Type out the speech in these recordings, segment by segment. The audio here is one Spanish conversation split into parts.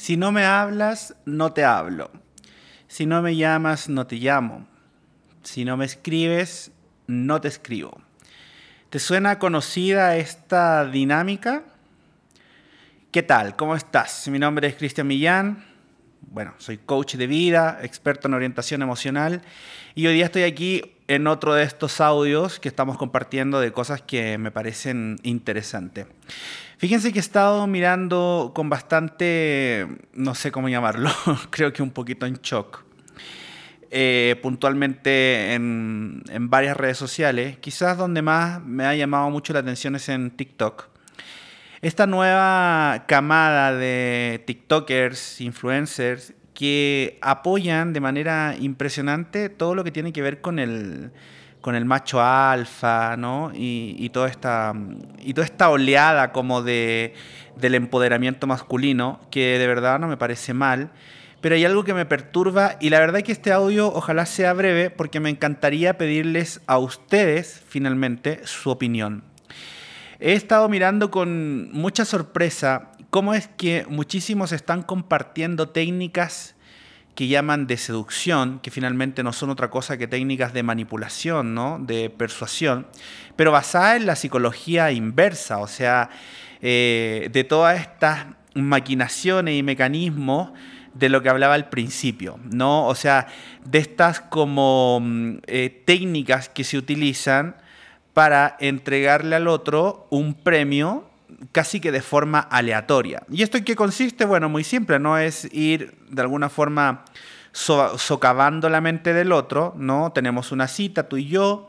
Si no me hablas, no te hablo. Si no me llamas, no te llamo. Si no me escribes, no te escribo. ¿Te suena conocida esta dinámica? ¿Qué tal? ¿Cómo estás? Mi nombre es Cristian Millán. Bueno, soy coach de vida, experto en orientación emocional y hoy día estoy aquí en otro de estos audios que estamos compartiendo de cosas que me parecen interesantes. Fíjense que he estado mirando con bastante, no sé cómo llamarlo, creo que un poquito en shock. Puntualmente en varias redes sociales, quizás donde más me ha llamado mucho la atención es en TikTok. Esta nueva camada de TikTokers, influencers, que apoyan de manera impresionante todo lo que tiene que ver con el macho alfa, ¿no? Y toda esta oleada como del empoderamiento masculino, que de verdad no me parece mal. Pero hay algo que me perturba y la verdad es que este audio ojalá sea breve porque me encantaría pedirles a ustedes finalmente su opinión. He estado mirando con mucha sorpresa cómo es que muchísimos están compartiendo técnicas que llaman de seducción, que finalmente no son otra cosa que técnicas de manipulación, ¿no? De persuasión, pero basadas en la psicología inversa, o sea, de todas estas maquinaciones y mecanismos de lo que hablaba al principio, ¿no? O sea, de estas como técnicas que se utilizan para entregarle al otro un premio casi que de forma aleatoria. ¿Y esto en qué consiste? Bueno, muy simple, no es ir de alguna forma socavando la mente del otro, ¿no? Tenemos una cita, tú y yo,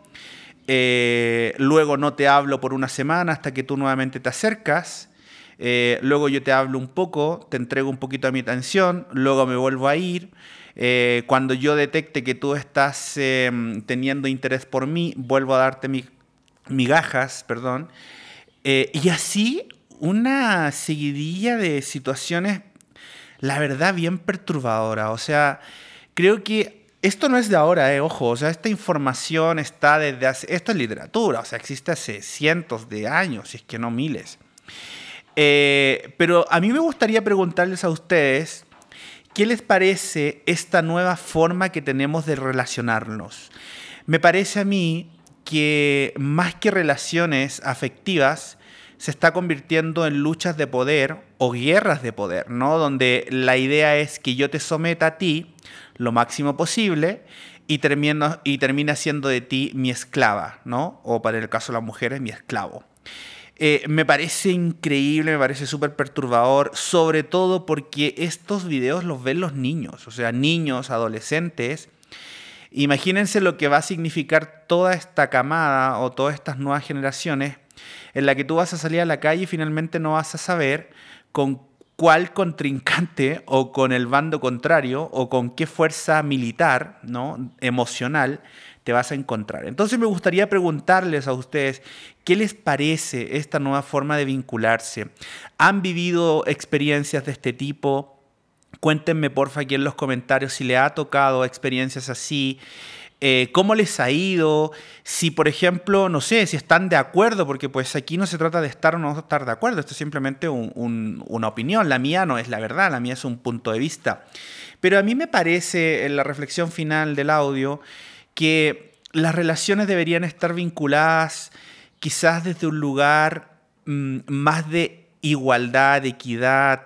luego no te hablo por una semana hasta que tú nuevamente te acercas, luego yo te hablo un poco, te entrego un poquito de mi atención, luego me vuelvo a ir. Cuando yo detecte que tú estás teniendo interés por mí, vuelvo a darte migajas, perdón, y así una seguidilla de situaciones, la verdad, bien perturbadora. O sea, creo que esto no es de ahora, ojo, o sea, esta información está desde hace, esto es literatura, o sea, existe hace cientos de años, si es que no miles. Pero a mí me gustaría preguntarles a ustedes, ¿qué les parece esta nueva forma que tenemos de relacionarnos? Me parece a mí que más que relaciones afectivas, se está convirtiendo en luchas de poder o guerras de poder, ¿no? Donde la idea es que yo te someta a ti lo máximo posible y termina siendo de ti mi esclava, ¿no? O para el caso de las mujeres, mi esclavo. Me parece increíble, me parece súper perturbador, sobre todo porque estos videos los ven los niños, o sea, niños, adolescentes. Imagínense lo que va a significar toda esta camada o todas estas nuevas generaciones en la que tú vas a salir a la calle y finalmente no vas a saber con cuál contrincante o con el bando contrario o con qué fuerza militar, ¿no? Emocional te vas a encontrar. Entonces me gustaría preguntarles a ustedes, ¿qué les parece esta nueva forma de vincularse? ¿Han vivido experiencias de este tipo? Cuéntenme porfa aquí en los comentarios si les ha tocado experiencias así, cómo les ha ido, si por ejemplo, no sé, si están de acuerdo, porque pues aquí no se trata de estar o no estar de acuerdo, esto es simplemente una opinión, la mía no es la verdad, la mía es un punto de vista. Pero a mí me parece, en la reflexión final del audio, que las relaciones deberían estar vinculadas quizás desde un lugar más de igualdad, equidad,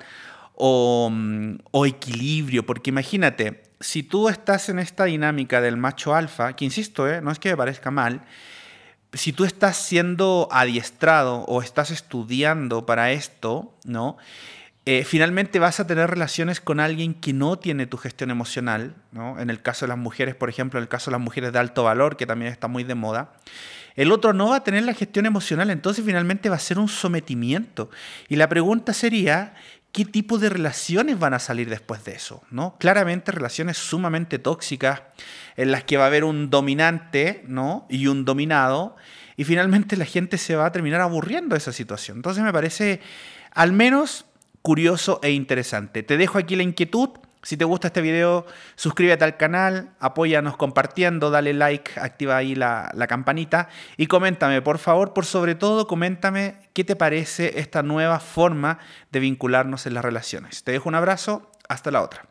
o equilibrio, porque imagínate, si tú estás en esta dinámica del macho alfa, que insisto, no es que me parezca mal, si tú estás siendo adiestrado o estás estudiando para esto, ¿no? Finalmente vas a tener relaciones con alguien que no tiene tu gestión emocional, ¿no? En el caso de las mujeres, por ejemplo, en el caso de las mujeres de alto valor, que también está muy de moda, el otro no va a tener la gestión emocional, entonces finalmente va a ser un sometimiento. Y la pregunta sería, ¿qué tipo de relaciones van a salir después de eso? ¿No? Claramente relaciones sumamente tóxicas en las que va a haber un dominante, ¿no? Y un dominado, y finalmente la gente se va a terminar aburriendo de esa situación. Entonces me parece al menos curioso e interesante. Te dejo aquí la inquietud. Si te gusta este video, suscríbete al canal, apóyanos compartiendo, dale like, activa ahí la campanita y coméntame, por favor, por sobre todo, coméntame qué te parece esta nueva forma de vincularnos en las relaciones. Te dejo un abrazo, hasta la otra.